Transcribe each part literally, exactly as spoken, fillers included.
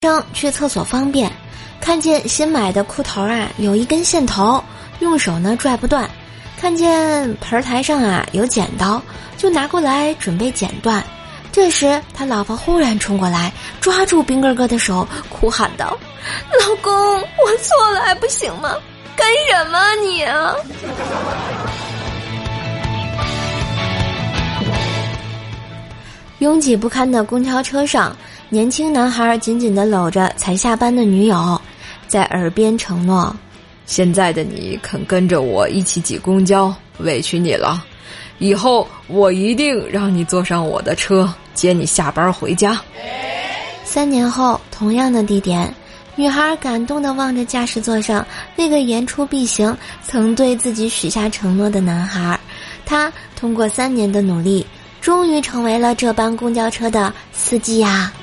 生去厕所方便，看见新买的裤头啊有一根线头，用手呢拽不断，看见盆台上啊有剪刀，就拿过来准备剪断。这时他老婆忽然冲过来，抓住兵哥哥的手，哭喊道：老公，我错了还不行吗？干什么你啊？拥挤不堪的公交车上，年轻男孩紧紧地搂着才下班的女友，在耳边承诺： 现在的你肯跟着我一起挤公交，委屈你了，以后我一定让你坐上我的车，接你下班回家。 三年后，同样的地点，女孩感动地望着驾驶座上那个言出必行曾对自己许下承诺的男孩，他通过三年的努力，终于成为了这班公交车的司机呀！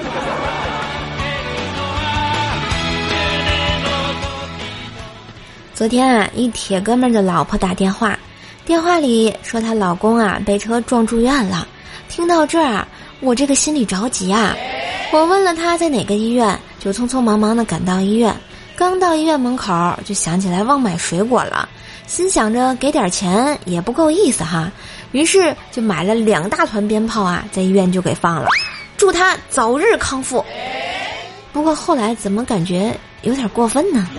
昨天啊，一铁哥们的老婆打电话，电话里说她老公啊被车撞住院了。听到这儿啊，我这个心里着急啊！我问了他在哪个医院，就匆匆忙忙的赶到医院。刚到医院门口，就想起来忘买水果了，心想着给点钱也不够意思哈，于是就买了两大团鞭炮啊，在医院就给放了，祝他早日康复。不过后来怎么感觉有点过分呢？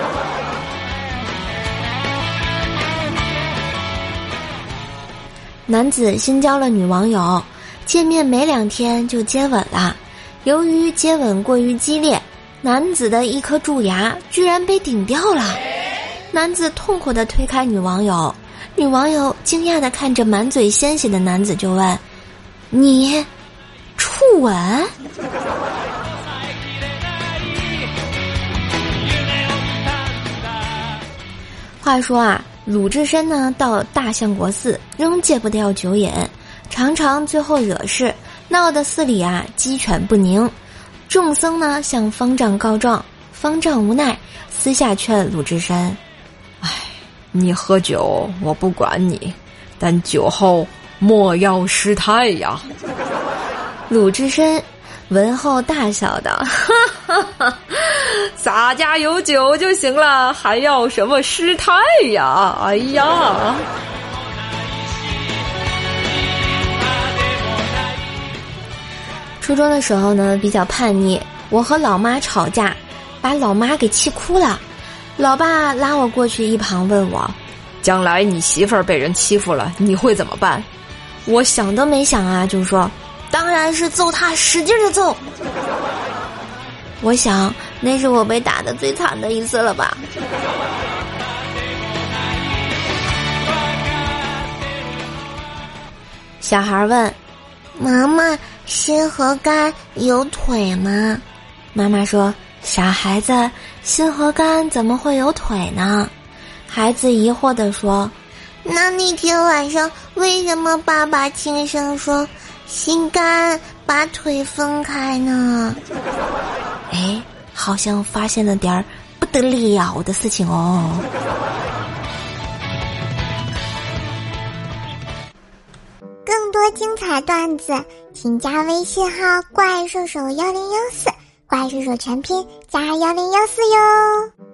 男子新交了女网友，见面没两天就接吻了。由于接吻过于激烈，男子的一颗蛀牙居然被顶掉了。男子痛苦地推开女网友，女网友惊讶地看着满嘴鲜血的男子就问：你初吻？话说啊，鲁智深呢到大相国寺仍戒不掉酒瘾，常常最后惹事，闹得寺里啊鸡犬不宁。众僧呢向方丈告状，方丈无奈，私下劝鲁智深： 哎，你喝酒我不管你，但酒后莫要失态呀。 鲁智深闻后大笑道：哈哈哈， 洒家有酒就行了，还要什么失态呀？哎呀！ 初中的时候呢，比较叛逆，我和老妈吵架，把老妈给气哭了。老爸拉我过去一旁问我： 将来你媳妇儿被人欺负了，你会怎么办？ 我想都没想啊，就说当然是揍他，使劲的揍。我想那是我被打得最惨的一次了吧。小孩问妈妈：心和肝有腿吗？妈妈说：傻孩子，心和肝怎么会有腿呢？孩子疑惑地说：那那天晚上为什么爸爸轻声说心肝把腿分开呢？哎，好像发现了点儿不得了的事情哦。 更多精彩段子请加微信号怪兽手幺零幺四，怪兽手全拼加幺零幺四哟。